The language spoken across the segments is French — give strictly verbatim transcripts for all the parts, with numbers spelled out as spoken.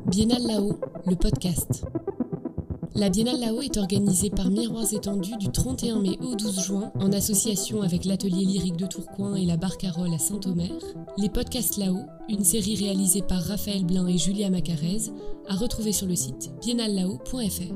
Biennale là-haut, le podcast. La Biennale là-haut est organisée par Miroirs étendus du trente et un mai au douze juin en association avec l'Atelier lyrique de Tourcoing et la Barcarolle à Saint-Omer. Les podcasts là-haut, une série réalisée par Raphaël Blin et Julia Macarez, à retrouver sur le site biennale là haut point f r.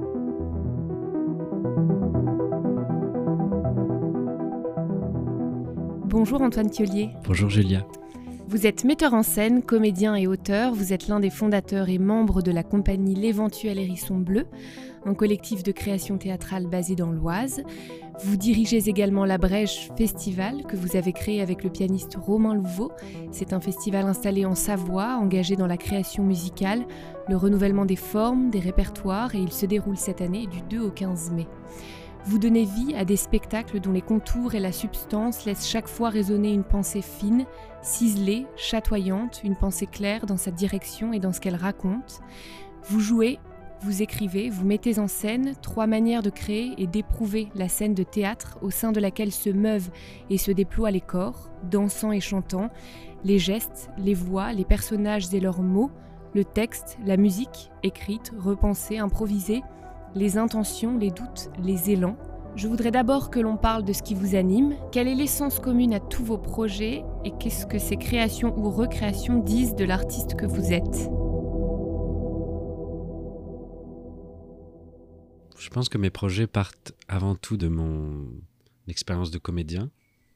Bonjour Antoine Thiollier. Bonjour Julia. Vous êtes metteur en scène, comédien et auteur. Vous êtes l'un des fondateurs et membres de la compagnie L'éventuel hérisson bleu, un collectif de création théâtrale basé dans l'Oise. Vous dirigez également la Brèche Festival que vous avez créé avec le pianiste Romain Louveau. C'est un festival installé en Savoie, engagé dans la création musicale, le renouvellement des formes, des répertoires, et il se déroule cette année du deux au quinze mai. Vous donnez vie à des spectacles dont les contours et la substance laissent chaque fois résonner une pensée fine, ciselée, chatoyante, une pensée claire dans sa direction et dans ce qu'elle raconte. Vous jouez, vous écrivez, vous mettez en scène trois manières de créer et d'éprouver la scène de théâtre au sein de laquelle se meuvent et se déploient les corps, dansant et chantant, les gestes, les voix, les personnages et leurs mots, le texte, la musique, écrite, repensée, improvisée, les intentions, les doutes, les élans. Je voudrais d'abord que l'on parle de ce qui vous anime. Quelle est l'essence commune à tous vos projets et qu'est-ce que ces créations ou recréations disent de l'artiste que vous êtes ? Je pense que mes projets partent avant tout de mon expérience de comédien.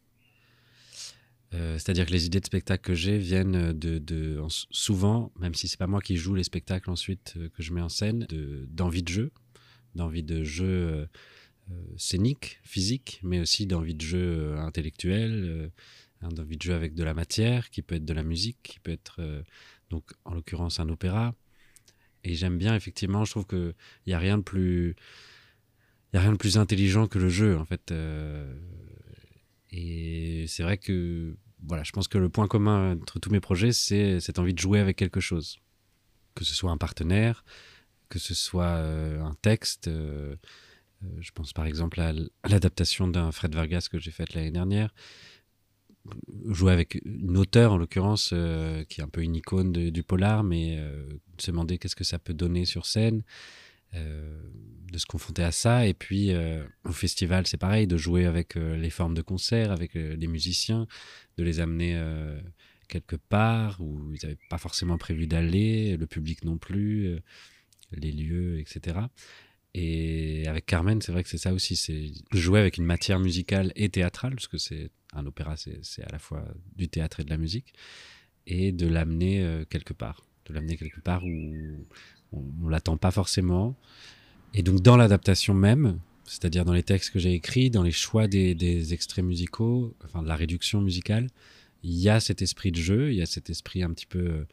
Euh, c'est-à-dire que les idées de spectacle que j'ai viennent de, de souvent, même si c'est pas moi qui joue les spectacles ensuite euh, que je mets en scène, de, d'envie de jeu. d'envie de jeu euh, euh, scénique, physique, mais aussi d'envie de jeu euh, intellectuel, euh, hein, d'envie de jeu avec de la matière, qui peut être de la musique, qui peut être, euh, donc en l'occurrence, un opéra. Et j'aime bien, effectivement, je trouve qu'il n'y a rien de plus... Il n'y a rien de plus intelligent que le jeu, en fait. Euh, et c'est vrai que, voilà, je pense que le point commun entre tous mes projets, c'est cette envie de jouer avec quelque chose. Que ce soit un partenaire, que ce soit euh, un texte. Euh, euh, je pense par exemple à, l- à l'adaptation d'un Fred Vargas que j'ai faite l'année dernière. Jouer avec une auteure, en l'occurrence, euh, qui est un peu une icône de- du polar, mais euh, se demander qu'est-ce que ça peut donner sur scène, euh, de se confronter à ça. Et puis, euh, au festival, c'est pareil, de jouer avec euh, les formes de concert, avec euh, les musiciens, de les amener euh, quelque part où ils n'avaient pas forcément prévu d'aller, le public non plus. Euh, les lieux, et cetera. Et avec Carmen, c'est vrai que c'est ça aussi, c'est jouer avec une matière musicale et théâtrale, parce que c'est un opéra, c'est, c'est à la fois du théâtre et de la musique, et de l'amener euh, quelque part, de l'amener quelque part où on ne l'attend pas forcément. Et donc dans l'adaptation même, c'est-à-dire dans les textes que j'ai écrits, dans les choix des, des extraits musicaux, enfin de la réduction musicale, il y a cet esprit de jeu, il y a cet esprit un petit peu... Euh,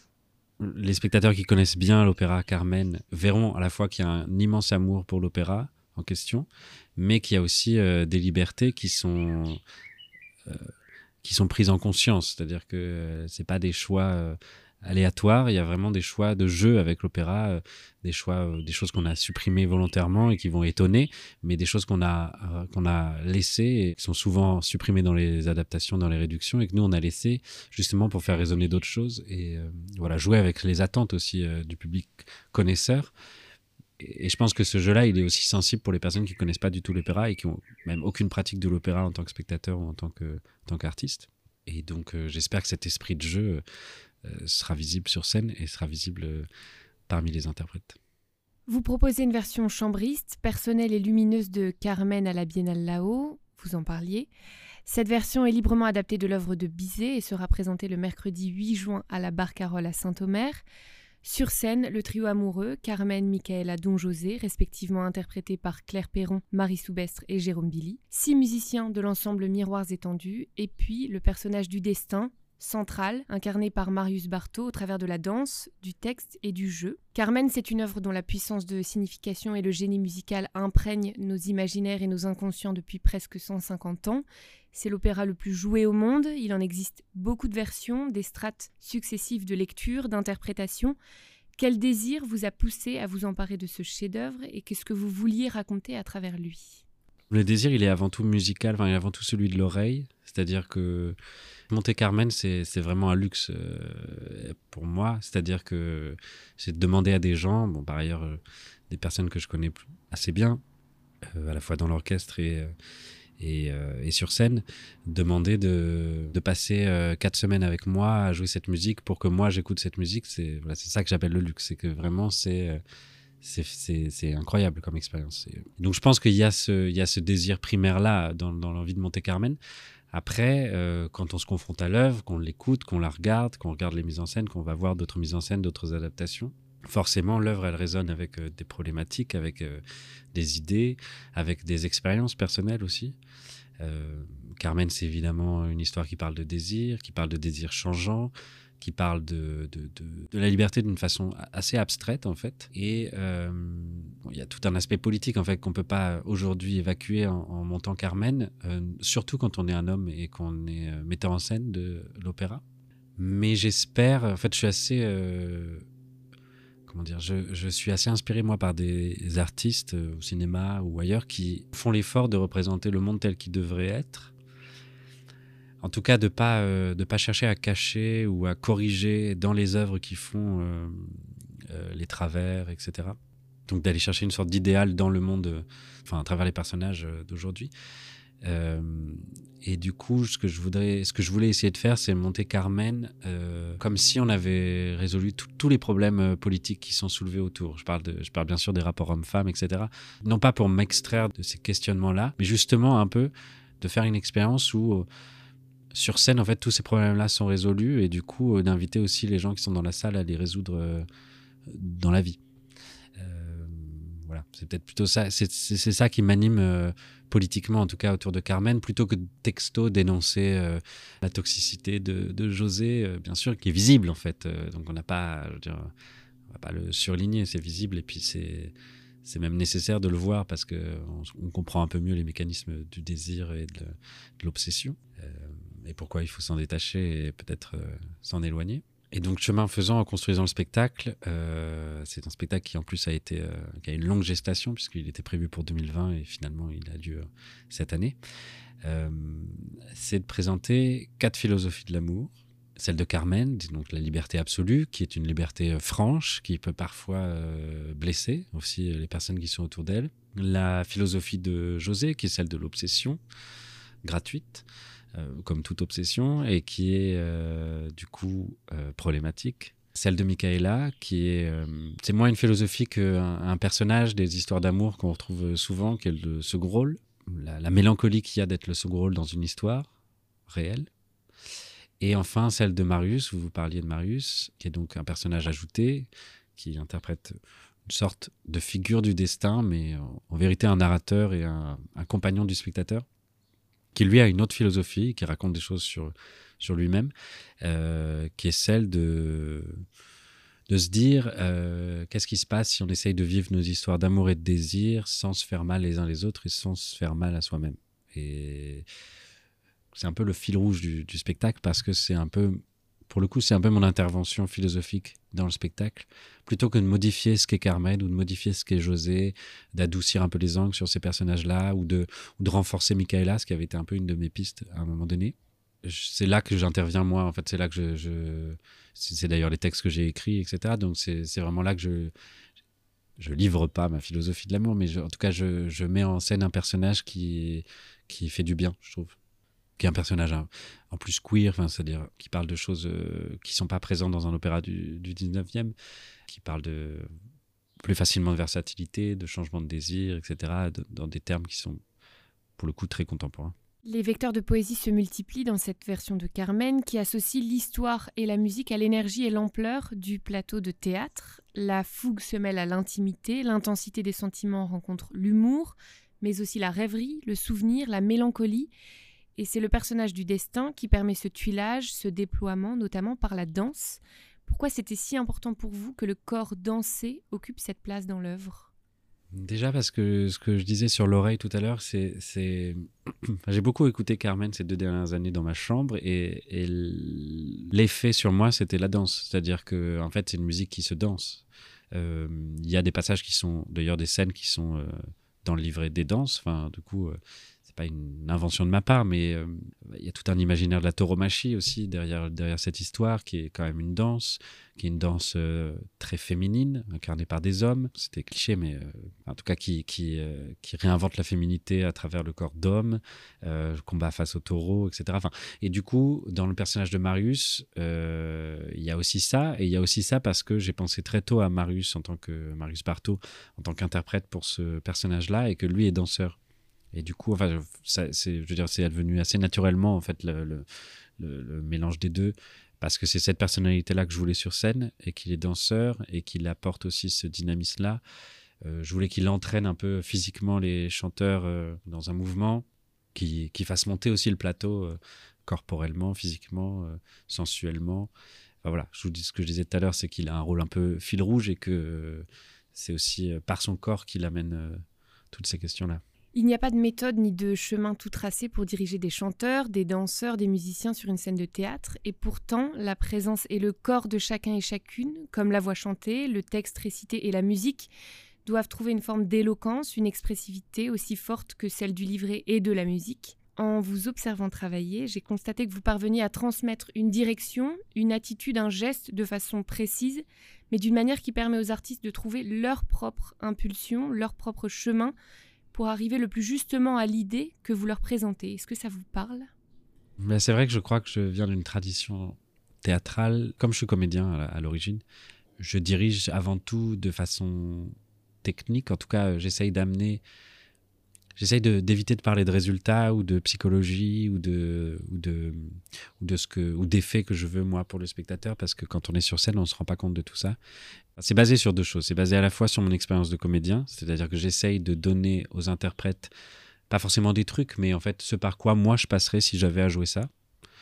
les spectateurs qui connaissent bien l'opéra Carmen verront à la fois qu'il y a un immense amour pour l'opéra en question, mais qu'il y a aussi euh, des libertés qui sont, euh, qui sont prises en conscience. C'est-à-dire que euh, c'est pas des choix euh, aléatoires, il y a vraiment des choix de jeu avec l'opéra, euh, des choix, euh, des choses qu'on a supprimées volontairement et qui vont étonner, mais des choses qu'on a, euh, qu'on a laissées et qui sont souvent supprimées dans les adaptations, dans les réductions, et que nous on a laissé justement pour faire résonner d'autres choses et euh, voilà, jouer avec les attentes aussi euh, du public connaisseur. Et, et je pense que ce jeu-là, il est aussi sensible pour les personnes qui connaissent pas du tout l'opéra et qui ont même aucune pratique de l'opéra en tant que spectateur ou en tant que, en tant qu'artiste. Et donc euh, j'espère que cet esprit de jeu euh, Euh, sera visible sur scène et sera visible euh, parmi les interprètes. Vous proposez une version chambriste, personnelle et lumineuse de Carmen à la Biennale là-haut, vous en parliez. Cette version est librement adaptée de l'œuvre de Bizet et sera présentée le mercredi huit juin à la Barcarolle à Saint-Omer. Sur scène, le trio amoureux, Carmen, Michaela, Don José, respectivement interprétés par Claire Perron, Marie Soubestre et Jérôme Billy, six musiciens de l'ensemble Miroirs étendus, et puis le personnage du destin, central, incarné par Marius Barthaud au travers de la danse, du texte et du jeu. Carmen, c'est une œuvre dont la puissance de signification et le génie musical imprègnent nos imaginaires et nos inconscients depuis presque cent cinquante ans. C'est l'opéra le plus joué au monde, il en existe beaucoup de versions, des strates successives de lecture, d'interprétation. Quel désir vous a poussé à vous emparer de ce chef-d'œuvre et qu'est-ce que vous vouliez raconter à travers lui ? Le désir, il est avant tout musical, enfin, il est avant tout celui de l'oreille. C'est-à-dire que monter Carmen, c'est, c'est vraiment un luxe euh, pour moi. C'est-à-dire que j'ai demandé à des gens, bon, par ailleurs, euh, des personnes que je connais assez bien, euh, à la fois dans l'orchestre et, euh, et, euh, et sur scène, demander de, de passer euh, quatre semaines avec moi à jouer cette musique pour que moi, j'écoute cette musique. C'est, voilà, c'est ça que j'appelle le luxe. C'est que vraiment, c'est... Euh, C'est, c'est, c'est incroyable comme expérience. Donc je pense qu'il y a ce, il y a ce désir primaire-là dans, dans l'envie de monter Carmen. Après, euh, quand on se confronte à l'œuvre, qu'on l'écoute, qu'on la regarde, qu'on regarde les mises en scène, qu'on va voir d'autres mises en scène, d'autres adaptations, forcément l'œuvre, elle résonne avec euh, des problématiques, avec euh, des idées, avec des expériences personnelles aussi. Euh, Carmen, c'est évidemment une histoire qui parle de désir, qui parle de désir changeant, qui parle de, de, de, de la liberté d'une façon assez abstraite, en fait. Et euh, bon, il y a tout un aspect politique, en fait, qu'on ne peut pas aujourd'hui évacuer en, en montant Carmen, euh, surtout quand on est un homme et qu'on est euh, metteur en scène de l'opéra. Mais j'espère... En fait, je suis assez... Euh, comment dire, je, je suis assez inspiré, moi, par des artistes euh, au cinéma ou ailleurs qui font l'effort de représenter le monde tel qu'il devrait être. En tout cas, de ne pas, euh, de pas chercher à cacher ou à corriger dans les œuvres qui font euh, euh, les travers, et cetera. Donc d'aller chercher une sorte d'idéal dans le monde, euh, enfin à travers les personnages euh, d'aujourd'hui. Euh, et du coup, ce que je voudrais, ce que je voulais essayer de faire, c'est monter Carmen euh, comme si on avait résolu tous les problèmes euh, politiques qui sont soulevés autour. Je parle, de, je parle bien sûr des rapports hommes-femmes, et cetera. Non pas pour m'extraire de ces questionnements-là, mais justement un peu de faire une expérience où euh, sur scène, en fait, tous ces problèmes-là sont résolus et du coup, euh, d'inviter aussi les gens qui sont dans la salle à les résoudre euh, dans la vie. Euh, voilà, c'est peut-être plutôt ça. C'est, c'est, c'est ça qui m'anime euh, politiquement, en tout cas, autour de Carmen, plutôt que de texto dénoncer euh, la toxicité de, de José, euh, bien sûr, qui est visible, en fait. Euh, donc, on n'a pas, je veux dire, on va pas le surligner, c'est visible et puis c'est... C'est même nécessaire de le voir parce qu'on on comprend un peu mieux les mécanismes du désir et de, de l'obsession euh, et pourquoi il faut s'en détacher et peut-être euh, s'en éloigner. Et donc, chemin faisant, en construisant le spectacle, euh, c'est un spectacle qui en plus a, été, euh, qui a une longue gestation puisqu'il était prévu pour deux mille vingt et finalement il a lieu cette année. Euh, c'est de présenter quatre philosophies de l'amour. Celle de Carmen, donc la liberté absolue, qui est une liberté franche, qui peut parfois euh, blesser aussi les personnes qui sont autour d'elle. La philosophie de José, qui est celle de l'obsession, gratuite, euh, comme toute obsession, et qui est euh, du coup euh, problématique. Celle de Micaela, qui est... Euh, c'est moins une philosophie qu'un un personnage des histoires d'amour qu'on retrouve souvent, qui est le second rôle. La, la mélancolie qu'il y a d'être le second rôle dans une histoire réelle. Et enfin, celle de Marius, vous vous parliez de Marius, qui est donc un personnage ajouté, qui interprète une sorte de figure du destin, mais en, en vérité un narrateur et un, un compagnon du spectateur, qui lui a une autre philosophie, qui raconte des choses sur, sur lui-même, euh, qui est celle de, de se dire euh, qu'est-ce qui se passe si on essaye de vivre nos histoires d'amour et de désir sans se faire mal les uns les autres et sans se faire mal à soi-même. Et... c'est un peu le fil rouge du, du spectacle parce que c'est un peu, pour le coup, c'est un peu mon intervention philosophique dans le spectacle. Plutôt que de modifier ce qu'est Carmen ou de modifier ce qu'est José, d'adoucir un peu les angles sur ces personnages-là ou de, ou de renforcer Micaela, ce qui avait été un peu une de mes pistes à un moment donné. C'est là que j'interviens moi, en fait, c'est là que je... je c'est, c'est d'ailleurs les textes que j'ai écrits, et cetera. Donc c'est, c'est vraiment là que je... Je livre pas ma philosophie de l'amour, mais je, en tout cas, je, je mets en scène un personnage qui, qui fait du bien, je trouve. Qui est un personnage hein, en plus queer, enfin, c'est-à-dire qui parle de choses euh, qui ne sont pas présentes dans un opéra du, du dix-neuvième, qui parle de plus facilement de versatilité, de changement de désir, et cetera, de, dans des termes qui sont pour le coup très contemporains. Les vecteurs de poésie se multiplient dans cette version de Carmen qui associe l'histoire et la musique à l'énergie et l'ampleur du plateau de théâtre. La fougue se mêle à l'intimité, l'intensité des sentiments rencontre l'humour, mais aussi la rêverie, le souvenir, la mélancolie. Et c'est le personnage du destin qui permet ce tuilage, ce déploiement, notamment par la danse. Pourquoi c'était si important pour vous que le corps dansé occupe cette place dans l'œuvre ? Déjà parce que ce que je disais sur l'oreille tout à l'heure, c'est... c'est... j'ai beaucoup écouté Carmen ces deux dernières années dans ma chambre et, et l'effet sur moi, c'était la danse. C'est-à-dire que en fait, c'est une musique qui se danse. Il euh, y a des passages qui sont, d'ailleurs des scènes qui sont euh, dans le livret des danses. Enfin, du coup... Euh, c'est pas une invention de ma part, mais euh, il y a tout un imaginaire de la tauromachie aussi derrière, derrière cette histoire, qui est quand même une danse, qui est une danse euh, très féminine, incarnée par des hommes. C'était cliché, mais euh, en tout cas qui, qui, euh, qui réinvente la féminité à travers le corps d'homme, euh, le combat face au taureau, et cetera. Enfin, et du coup, dans le personnage de Marius, euh, il y a aussi ça, et il y a aussi ça parce que j'ai pensé très tôt à Marius en tant que Marius Barthaud, en tant qu'interprète pour ce personnage-là, et que lui est danseur. Et du coup, enfin, ça, c'est, je veux dire, c'est devenu assez naturellement en fait le, le, le, le mélange des deux, parce que c'est cette personnalité-là que je voulais sur scène et qu'il est danseur et qu'il apporte aussi ce dynamisme-là. Euh, je voulais qu'il entraîne un peu physiquement les chanteurs euh, dans un mouvement qui, qui fasse monter aussi le plateau euh, corporellement, physiquement, euh, sensuellement. Enfin, voilà, je vous dis ce que je disais tout à l'heure, c'est qu'il a un rôle un peu fil rouge et que euh, c'est aussi euh, par son corps qu'il amène euh, toutes ces questions-là. Il n'y a pas de méthode ni de chemin tout tracé pour diriger des chanteurs, des danseurs, des musiciens sur une scène de théâtre. Et pourtant, la présence et le corps de chacun et chacune, comme la voix chantée, le texte récité et la musique, doivent trouver une forme d'éloquence, une expressivité aussi forte que celle du livret et de la musique. En vous observant travailler, j'ai constaté que vous parveniez à transmettre une direction, une attitude, un geste de façon précise, mais d'une manière qui permet aux artistes de trouver leur propre impulsion, leur propre chemin, pour arriver le plus justement à l'idée que vous leur présentez. Est-ce que ça vous parle ? Mais c'est vrai que je crois que je viens d'une tradition théâtrale. Comme je suis comédien à, à l'origine, je dirige avant tout de façon technique. En tout cas, j'essaye d'amener... J'essaye de, d'éviter de parler de résultats ou de psychologie ou de, ou de, ou de ce que, ou d'effets que je veux moi pour le spectateur, parce que quand on est sur scène, on ne se rend pas compte de tout ça. C'est basé sur deux choses. C'est basé à la fois sur mon expérience de comédien, c'est-à-dire que j'essaye de donner aux interprètes, pas forcément des trucs, mais en fait ce par quoi moi je passerais si j'avais à jouer ça.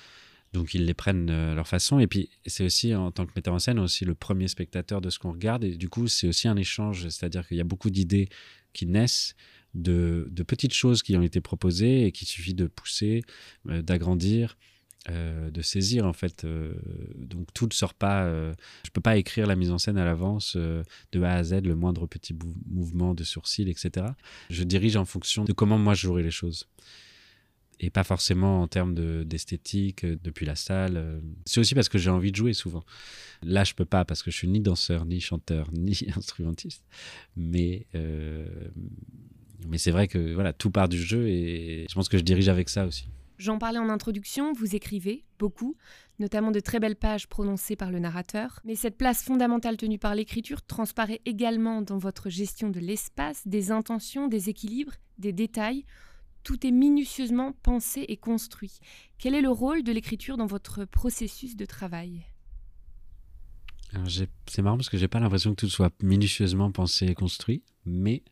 Donc ils les prennent à leur façon. Et puis c'est aussi, en tant que metteur en scène, aussi le premier spectateur de ce qu'on regarde. Et du coup, c'est aussi un échange, c'est-à-dire qu'il y a beaucoup d'idées qui naissent de, de petites choses qui ont été proposées et qu'il suffit de pousser, euh, d'agrandir, euh, de saisir en fait. Euh, donc tout ne sort pas... Euh, je ne peux pas écrire la mise en scène à l'avance euh, de A à Z, le moindre petit bou- mouvement de sourcil, et cetera. Je dirige en fonction de comment moi je jouerai les choses. Et pas forcément en termes de, d'esthétique, depuis la salle. C'est aussi parce que j'ai envie de jouer souvent. Là, je peux pas parce que je suis ni danseur, ni chanteur, ni instrumentiste. Mais, euh, mais c'est vrai que voilà, tout part du jeu et je pense que je dirige avec ça aussi. J'en parlais en introduction, vous écrivez beaucoup, notamment de très belles pages prononcées par le narrateur. Mais cette place fondamentale tenue par l'écriture transparaît également dans votre gestion de l'espace, des intentions, des équilibres, des détails. Tout est minutieusement pensé et construit. Quel est le rôle de l'écriture dans votre processus de travail ? Alors, j'ai... c'est marrant parce que j'ai pas l'impression que tout soit minutieusement pensé et construit, mais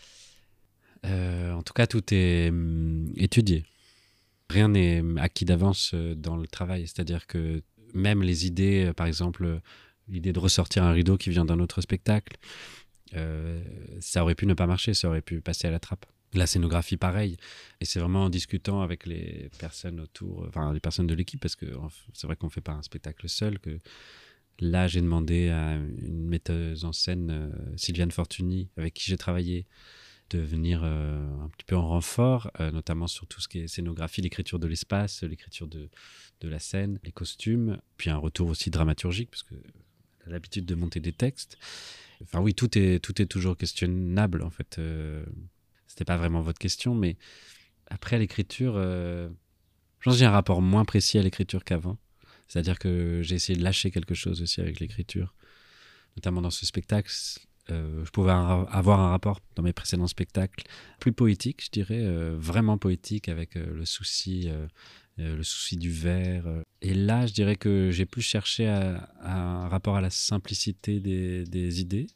euh, en tout cas tout est hum, étudié. Rien n'est acquis d'avance dans le travail, c'est-à-dire que même les idées, par exemple l'idée de ressortir un rideau qui vient d'un autre spectacle, euh, ça aurait pu ne pas marcher, ça aurait pu passer à la trappe. La scénographie, pareil. Et c'est vraiment en discutant avec les personnes autour, enfin les personnes de l'équipe, parce que c'est vrai qu'on ne fait pas un spectacle seul, que là, j'ai demandé à une metteuse en scène, euh, Sylviane Fortuny, avec qui j'ai travaillé, de venir euh, un petit peu en renfort, euh, notamment sur tout ce qui est scénographie, l'écriture de l'espace, l'écriture de, de la scène, les costumes, puis un retour aussi dramaturgique, parce qu'elle a l'habitude de monter des textes. Enfin oui, tout est, tout est toujours questionnable, en fait. Euh, C'était pas vraiment votre question, mais après l'écriture, euh, je pense que j'ai un rapport moins précis à l'écriture qu'avant. C'est-à-dire que j'ai essayé de lâcher quelque chose aussi avec l'écriture, notamment dans ce spectacle. Euh, je pouvais un, avoir un rapport dans mes précédents spectacles plus poétique, je dirais, euh, vraiment poétique, avec euh, le souci, euh, euh, le souci du vers. Euh. Et là, je dirais que j'ai plus cherché à, à un rapport à la simplicité des, des idées.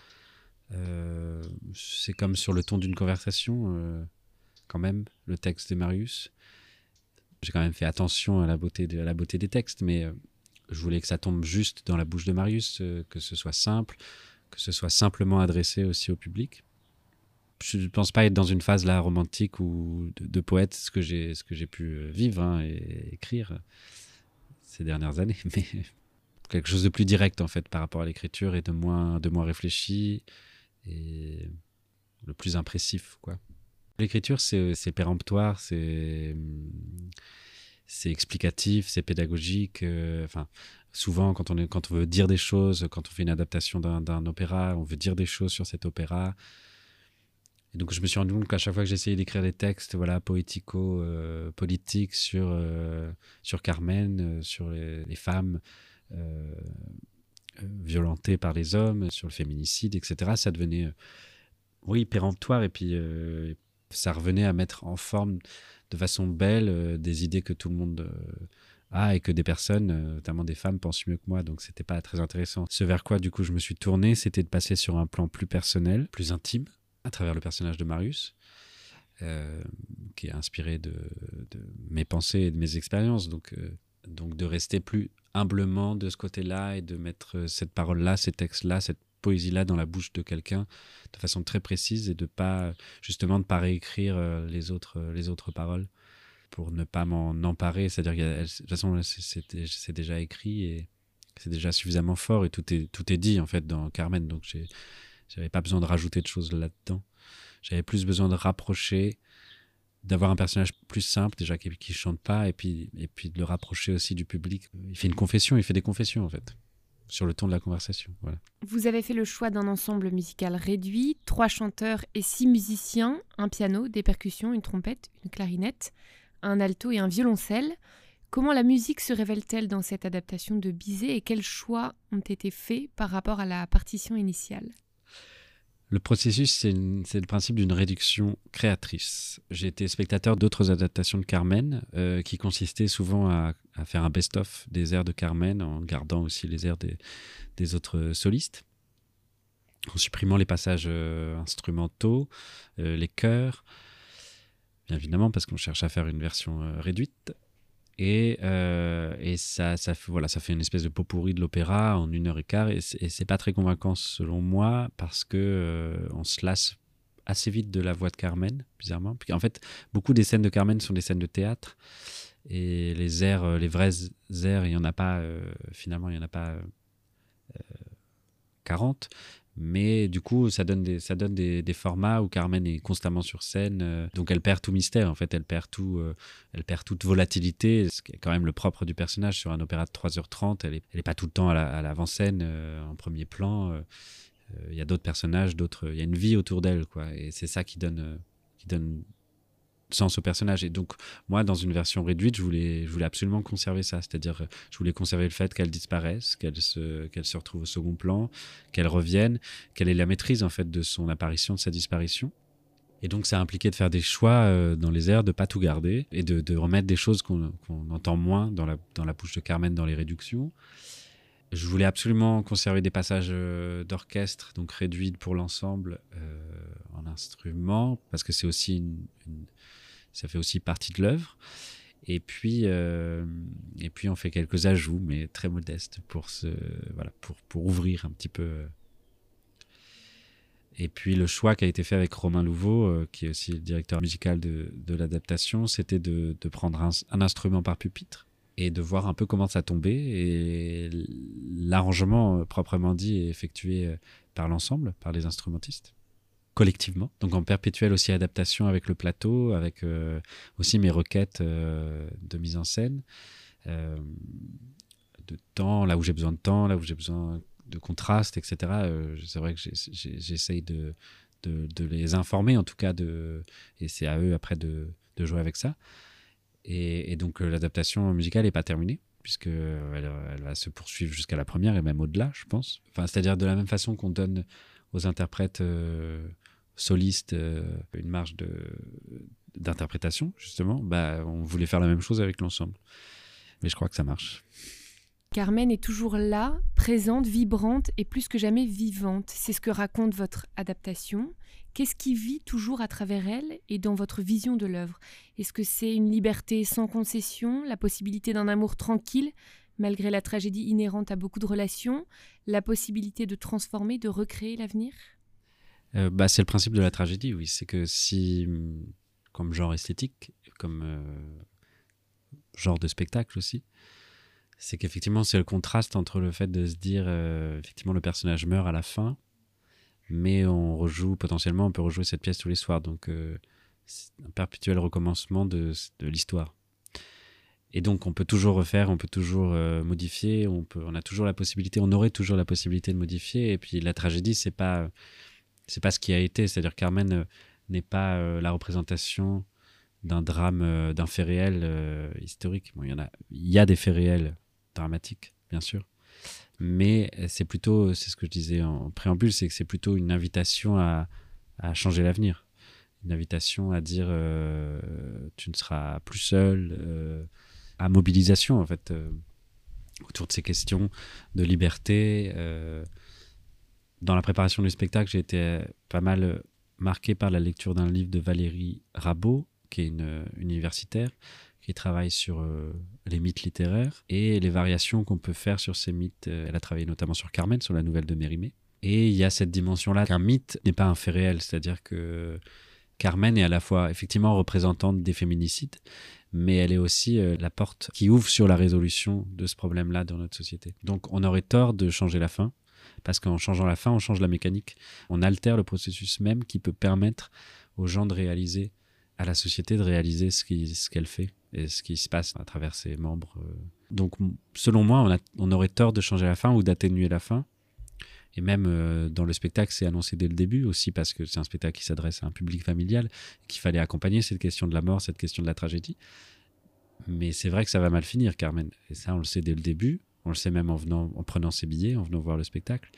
Euh, c'est comme sur le ton d'une conversation, euh, quand même, le texte de Marius. J'ai quand même fait attention à la beauté, de, à la beauté des textes, mais euh, je voulais que ça tombe juste dans la bouche de Marius, euh, que ce soit simple, que ce soit simplement adressé aussi au public. Je ne pense pas être dans une phase là romantique ou de, de poète, ce que j'ai, ce que j'ai pu vivre hein, et écrire ces dernières années, mais quelque chose de plus direct en fait par rapport à l'écriture et de moins, de moins réfléchi et le plus impressif, quoi. L'écriture, c'est, c'est péremptoire, c'est, c'est explicatif, c'est pédagogique. Euh, enfin, souvent, quand on, est, quand on veut dire des choses, quand on fait une adaptation d'un, d'un opéra, on veut dire des choses sur cet opéra. Et donc, je me suis rendu compte qu'à chaque fois que j'essayais d'écrire des textes voilà, poético-politiques euh, sur, euh, sur Carmen, euh, sur les, les femmes euh, euh, violentées par les hommes, sur le féminicide, et cetera, ça devenait, euh, oui, péremptoire. Et puis, euh, ça revenait à mettre en forme de façon belle euh, des idées que tout le monde euh, a et que des personnes, euh, notamment des femmes, pensent mieux que moi. Donc, c'était pas très intéressant. Ce vers quoi, du coup, je me suis tourné, c'était de passer sur un plan plus personnel, plus intime, à travers le personnage de Marius, euh, qui est inspiré de, de mes pensées et de mes expériences. Donc, euh, donc de rester plus humblement de ce côté-là et de mettre cette parole-là, ces textes-là, cette poésie-là dans la bouche de quelqu'un de façon très précise et de pas, justement, de pas réécrire les autres, les autres paroles pour ne pas m'en emparer. C'est-à-dire que de toute façon, c'est, c'est, c'est déjà écrit et c'est déjà suffisamment fort et tout est, tout est dit, en fait, dans Carmen. Donc, j'ai J'avais pas besoin de rajouter de choses là-dedans. J'avais plus besoin de rapprocher, d'avoir un personnage plus simple, déjà qui, qui chante pas, et puis, et puis de le rapprocher aussi du public. Il fait une confession, il fait des confessions en fait, sur le ton de la conversation. Voilà. Vous avez fait le choix d'un ensemble musical réduit, trois chanteurs et six musiciens, un piano, des percussions, une trompette, une clarinette, un alto et un violoncelle. Comment la musique se révèle-t-elle dans cette adaptation de Bizet et quels choix ont été faits par rapport à la partition initiale ? Le processus, c'est, une, c'est le principe d'une réduction créatrice. J'ai été spectateur d'autres adaptations de Carmen euh, qui consistaient souvent à, à faire un best-of des airs de Carmen en gardant aussi les airs des, des autres solistes, en supprimant les passages euh, instrumentaux, euh, les chœurs, bien évidemment parce qu'on cherche à faire une version euh, réduite. Et, euh, et ça, ça, voilà, ça fait une espèce de pot pourri de l'opéra en une heure et quart. Et c'est, et c'est pas très convaincant selon moi parce que euh, on se lasse assez vite de la voix de Carmen, bizarrement. Puis, en fait, beaucoup des scènes de Carmen sont des scènes de théâtre. Et les airs, les vrais airs, il n'y en a pas, euh, finalement, il n'y en a pas euh, quarante. Mais du coup, ça donne des, ça donne des, des formats où Carmen est constamment sur scène. Euh, donc, elle perd tout mystère, en fait. Elle perd, tout, euh, elle perd toute volatilité, ce qui est quand même le propre du personnage. Sur un opéra de trois heures trente, elle n'est elle est pas tout le temps à, la, à l'avant-scène, euh, en premier plan. Il euh, euh, y a d'autres personnages, d'autres, il y a une vie autour d'elle, quoi. Et c'est ça qui donne, euh, qui donne sens au personnage. Et donc, moi, dans une version réduite, je voulais, je voulais absolument conserver ça. C'est-à-dire, je voulais conserver le fait qu'elle disparaisse, qu'elle se, qu'elle se retrouve au second plan, qu'elle revienne, qu'elle ait la maîtrise, en fait, de son apparition, de sa disparition. Et donc, ça a impliqué de faire des choix euh, dans les airs, de pas tout garder et de, de remettre des choses qu'on, qu'on entend moins dans la, dans la bouche de Carmen, dans les réductions. Je voulais absolument conserver des passages euh, d'orchestre, donc réduits pour l'ensemble euh, en instrument, parce que c'est aussi une, une ça fait aussi partie de l'œuvre. Et puis, euh, et puis on fait quelques ajouts, mais très modestes, pour, se, voilà, pour, pour ouvrir un petit peu. Et puis le choix qui a été fait avec Romain Louveau, euh, qui est aussi le directeur musical de, de l'adaptation, c'était de, de prendre un, un instrument par pupitre et de voir un peu comment ça tombait. Et l'arrangement, euh, proprement dit, est effectué par l'ensemble, par les instrumentistes, collectivement. Donc en perpétuelle aussi adaptation avec le plateau, avec euh, aussi mes requêtes euh, de mise en scène, euh, de temps, là où j'ai besoin de temps, là où j'ai besoin de contraste, et cetera. Euh, c'est vrai que j'ai, j'ai, j'essaye de, de, de les informer, en tout cas, de, et c'est à eux après de, de jouer avec ça. Et, et donc euh, l'adaptation musicale n'est pas terminée, puisqu'elle elle va se poursuivre jusqu'à la première et même au-delà, je pense. Enfin, c'est-à-dire de la même façon qu'on donne aux interprètes euh, solistes euh, une marge de, d'interprétation, justement, bah, on voulait faire la même chose avec l'ensemble. Mais je crois que ça marche. Carmen est toujours là, présente, vibrante et plus que jamais vivante. C'est ce que raconte votre adaptation. Qu'est-ce qui vit toujours à travers elle et dans votre vision de l'œuvre ? Est-ce que c'est une liberté sans concession, la possibilité d'un amour tranquille, malgré la tragédie inhérente à beaucoup de relations, la possibilité de transformer, de recréer l'avenir ? euh, bah, C'est le principe de la tragédie, oui. C'est que si, comme genre esthétique, comme euh, genre de spectacle aussi, c'est qu'effectivement, c'est le contraste entre le fait de se dire, euh, effectivement, le personnage meurt à la fin, mais on rejoue, potentiellement, on peut rejouer cette pièce tous les soirs. Donc, euh, c'est un perpétuel recommencement de, de l'histoire. Et donc, on peut toujours refaire, on peut toujours euh, modifier, on, peut, on a toujours la possibilité, on aurait toujours la possibilité de modifier. Et puis, la tragédie, c'est pas, c'est pas ce qui a été. C'est-à-dire Carmen euh, n'est pas euh, la représentation d'un drame, euh, d'un fait réel euh, historique. Bon, il y en a, il y a des faits réels dramatiques, bien sûr. Mais c'est plutôt, c'est ce que je disais en préambule, c'est que c'est plutôt une invitation à, à changer l'avenir. Une invitation à dire euh, tu ne seras plus seul, euh, à mobilisation en fait, euh, autour de ces questions de liberté. Euh, dans la préparation du spectacle, j'ai été pas mal marqué par la lecture d'un livre de Valérie Rabault, qui est une euh, universitaire, qui travaille sur euh, les mythes littéraires et les variations qu'on peut faire sur ces mythes. Elle a travaillé notamment sur Carmen, sur la nouvelle de Mérimée. Et il y a cette dimension-là qu'un mythe n'est pas un fait réel, c'est-à-dire que Carmen est à la fois effectivement représentante des féminicides, mais elle est aussi euh, la porte qui ouvre sur la résolution de ce problème-là dans notre société. Donc on aurait tort de changer la fin, parce qu'en changeant la fin, on change la mécanique. On altère le processus même qui peut permettre aux gens de réaliser, à la société de réaliser ce qui, ce qu'elle fait et ce qui se passe à travers ses membres. Donc selon moi, on, a, on aurait tort de changer la fin ou d'atténuer la fin. Et même euh, dans le spectacle, c'est annoncé dès le début aussi, parce que c'est un spectacle qui s'adresse à un public familial, qu'il fallait accompagner cette question de la mort, cette question de la tragédie. Mais c'est vrai que ça va mal finir, Carmen. Et ça, on le sait dès le début. On le sait même en, venant, en prenant ses billets, en venant voir le spectacle.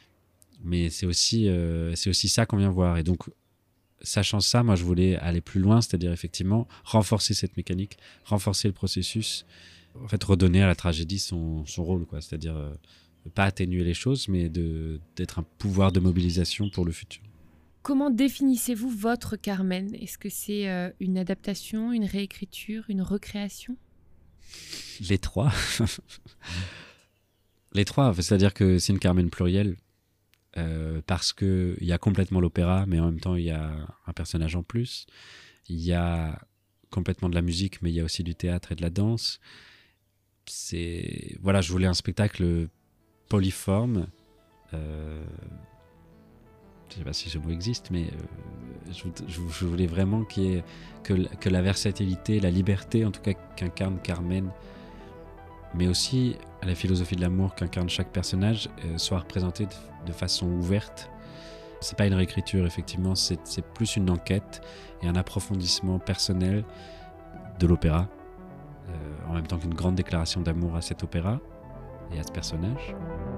Mais c'est aussi, euh, c'est aussi ça qu'on vient voir. Et donc, sachant ça, moi, je voulais aller plus loin, c'est-à-dire effectivement renforcer cette mécanique, renforcer le processus, en fait, redonner à la tragédie son, son rôle, quoi. C'est-à-dire euh, pas atténuer les choses, mais de, d'être un pouvoir de mobilisation pour le futur. Comment définissez-vous votre Carmen ? Est-ce que c'est euh, une adaptation, une réécriture, une recréation ? Les trois. Les trois, c'est-à-dire que c'est une Carmen plurielle, euh, parce qu'il y a complètement l'opéra, mais en même temps, il y a un personnage en plus. Il y a complètement de la musique, mais il y a aussi du théâtre et de la danse. C'est... Voilà, je voulais un spectacle polyforme. Euh... Je ne sais pas si ce mot existe, mais euh, je, je, je voulais vraiment qu'il y ait, que, que la versatilité, la liberté, en tout cas, qu'incarne Carmen, mais aussi la philosophie de l'amour qu'incarne chaque personnage, euh, soit représentée de, de façon ouverte. C'est pas une réécriture, effectivement, c'est, c'est plus une enquête et un approfondissement personnel de l'opéra, euh, en même temps qu'une grande déclaration d'amour à cet opéra et à ce personnage.